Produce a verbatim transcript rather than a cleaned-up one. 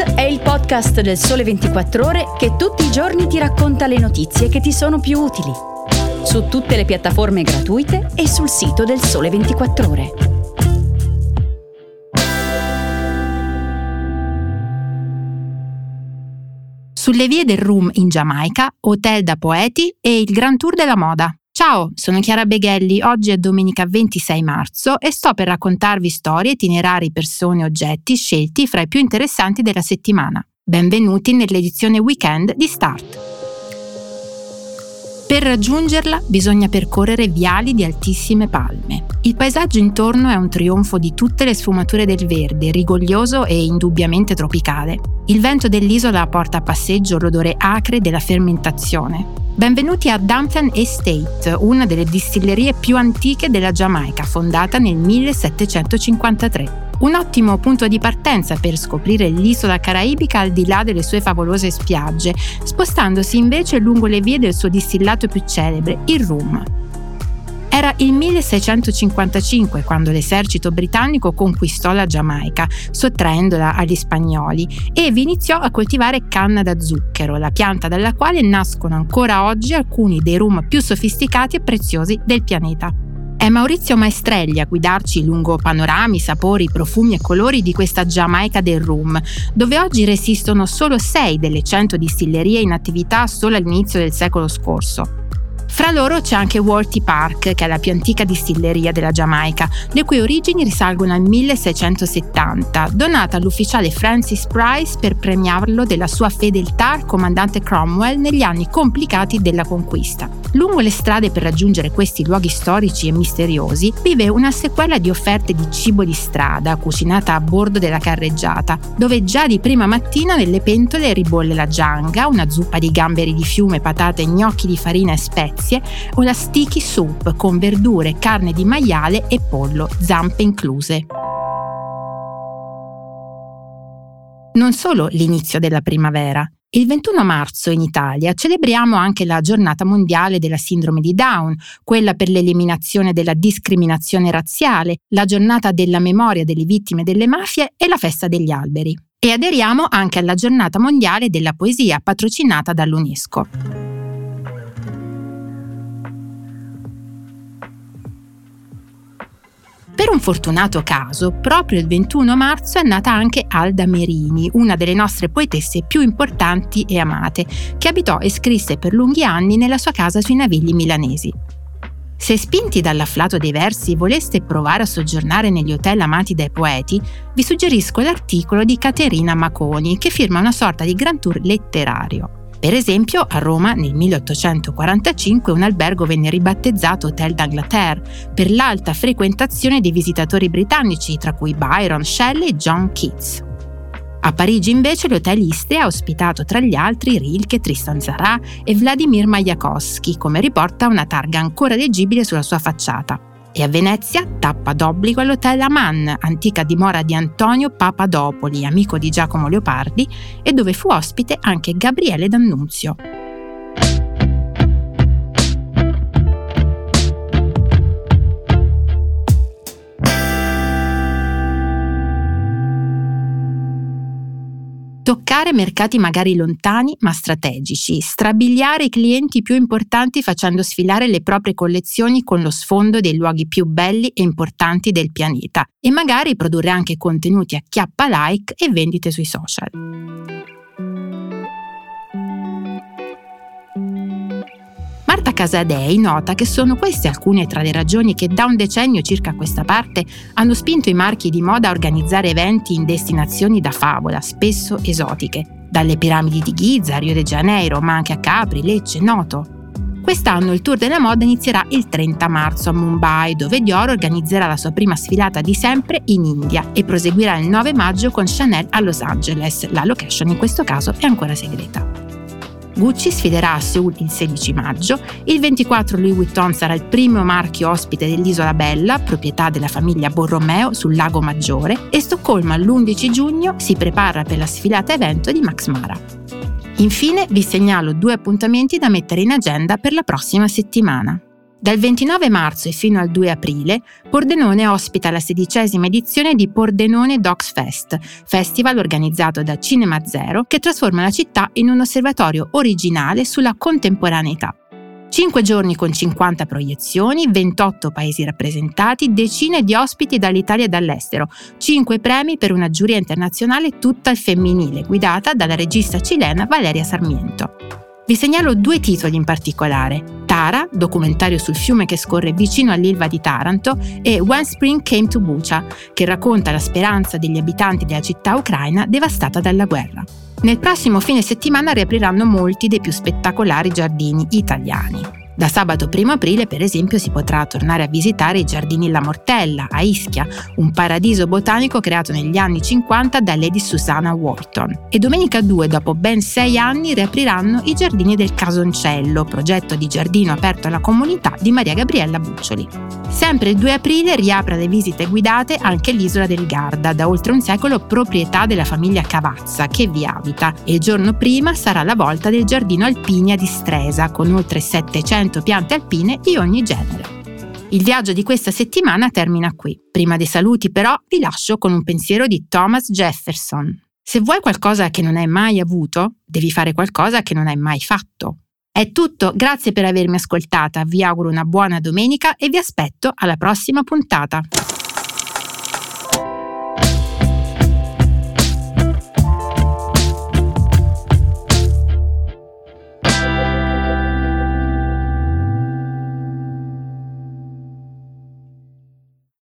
Start è il podcast del Sole ventiquattro Ore che tutti i giorni ti racconta le notizie che ti sono più utili. Su tutte le piattaforme gratuite e sul sito del Sole ventiquattro Ore. Sulle vie del Rum in Giamaica, hotel da poeti e il Grand Tour della moda. Ciao, sono Chiara Beghelli, oggi è domenica ventisei marzo e sto per raccontarvi storie, itinerari, persone e oggetti scelti fra i più interessanti della settimana. Benvenuti nell'edizione weekend di Start. Per raggiungerla bisogna percorrere viali di altissime palme. Il paesaggio intorno è un trionfo di tutte le sfumature del verde, rigoglioso e indubbiamente tropicale. Il vento dell'isola porta a passeggio l'odore acre della fermentazione. Benvenuti a Dampton Estate, una delle distillerie più antiche della Giamaica, fondata nel millesettecentocinquantatré. Un ottimo punto di partenza per scoprire l'isola caraibica al di là delle sue favolose spiagge, spostandosi invece lungo le vie del suo distillato più celebre, il rum. Era il milleseicentocinquantacinque quando l'esercito britannico conquistò la Giamaica, sottraendola agli spagnoli, e vi iniziò a coltivare canna da zucchero, la pianta dalla quale nascono ancora oggi alcuni dei rum più sofisticati e preziosi del pianeta. È Maurizio Maestrelli a guidarci lungo panorami, sapori, profumi e colori di questa Giamaica del rum, dove oggi resistono solo sei delle cento distillerie in attività solo all'inizio del secolo scorso. Fra loro c'è anche Walty Park, che è la più antica distilleria della Giamaica, le cui origini risalgono al milleseicentosettanta, donata all'ufficiale Francis Price per premiarlo della sua fedeltà al comandante Cromwell negli anni complicati della conquista. Lungo le strade per raggiungere questi luoghi storici e misteriosi vive una sequela di offerte di cibo di strada, cucinata a bordo della carreggiata, dove già di prima mattina nelle pentole ribolle la gianga, una zuppa di gamberi di fiume, patate, gnocchi di farina e spezie, o la sticky soup con verdure, carne di maiale e pollo, zampe incluse. Non solo l'inizio della primavera. Il ventuno marzo in Italia celebriamo anche la giornata mondiale della sindrome di Down, quella per l'eliminazione della discriminazione razziale, la giornata della memoria delle vittime delle mafie e la festa degli alberi. E aderiamo anche alla giornata mondiale della poesia, patrocinata dall'UNESCO. Per un fortunato caso, proprio il ventuno marzo è nata anche Alda Merini, una delle nostre poetesse più importanti e amate, che abitò e scrisse per lunghi anni nella sua casa sui Navigli milanesi. Se spinti dall'afflato dei versi voleste provare a soggiornare negli hotel amati dai poeti, vi suggerisco l'articolo di Caterina Maconi, che firma una sorta di grand tour letterario. Per esempio, a Roma nel milleottocentoquarantacinque un albergo venne ribattezzato Hotel d'Angleterre per l'alta frequentazione dei visitatori britannici, tra cui Byron, Shelley e John Keats. A Parigi invece l'Hotel Istria ha ospitato tra gli altri Rilke, Tristan Tzara e Vladimir Majakovskij, come riporta una targa ancora leggibile sulla sua facciata. E a Venezia, tappa d'obbligo all'Hotel Aman, antica dimora di Antonio Papadopoli, amico di Giacomo Leopardi, e dove fu ospite anche Gabriele D'Annunzio. Toccare mercati magari lontani ma strategici, strabiliare i clienti più importanti facendo sfilare le proprie collezioni con lo sfondo dei luoghi più belli e importanti del pianeta e magari produrre anche contenuti a chiappa like e vendite sui social. Marta Casadei nota che sono queste alcune tra le ragioni che da un decennio circa a questa parte hanno spinto i marchi di moda a organizzare eventi in destinazioni da favola, spesso esotiche, dalle piramidi di Giza a Rio de Janeiro, ma anche a Capri, Lecce, Noto. Quest'anno il tour della moda inizierà il trenta marzo a Mumbai, dove Dior organizzerà la sua prima sfilata di sempre in India e proseguirà il nove maggio con Chanel a Los Angeles. La location in questo caso è ancora segreta. Gucci sfiderà a Seul il sedici maggio, il ventiquattro Louis Vuitton sarà il primo marchio ospite dell'Isola Bella, proprietà della famiglia Borromeo sul Lago Maggiore, e Stoccolma l'undici giugno si prepara per la sfilata evento di Max Mara. Infine vi segnalo due appuntamenti da mettere in agenda per la prossima settimana. Dal ventinove marzo e fino al due aprile, Pordenone ospita la sedicesima edizione di Pordenone Docs Fest, festival organizzato da Cinema Zero che trasforma la città in un osservatorio originale sulla contemporaneità. Cinque giorni con cinquanta proiezioni, ventotto paesi rappresentati, decine di ospiti dall'Italia e dall'estero, cinque premi per una giuria internazionale tutta al femminile, guidata dalla regista cilena Valeria Sarmiento. Vi segnalo due titoli in particolare: Tara, documentario sul fiume che scorre vicino all'Ilva di Taranto, e When Spring Came to Bucha, che racconta la speranza degli abitanti della città ucraina devastata dalla guerra. Nel prossimo fine settimana riapriranno molti dei più spettacolari giardini italiani. Da sabato primo aprile, per esempio, si potrà tornare a visitare i giardini La Mortella, a Ischia, un paradiso botanico creato negli anni cinquanta da Lady Susanna Wharton. E domenica due, dopo ben sei anni, riapriranno i giardini del Casoncello, progetto di giardino aperto alla comunità di Maria Gabriella Buccioli. Sempre il due aprile riapre alle visite guidate anche l'isola del Garda, da oltre un secolo proprietà della famiglia Cavazza, che vi abita, e il giorno prima sarà la volta del giardino Alpinia di Stresa, con oltre settecento piante alpine di ogni genere. Il viaggio di questa settimana termina qui. Prima dei saluti, però, vi lascio con un pensiero di Thomas Jefferson. Se vuoi qualcosa che non hai mai avuto, devi fare qualcosa che non hai mai fatto. È tutto, grazie per avermi ascoltata, vi auguro una buona domenica e vi aspetto alla prossima puntata.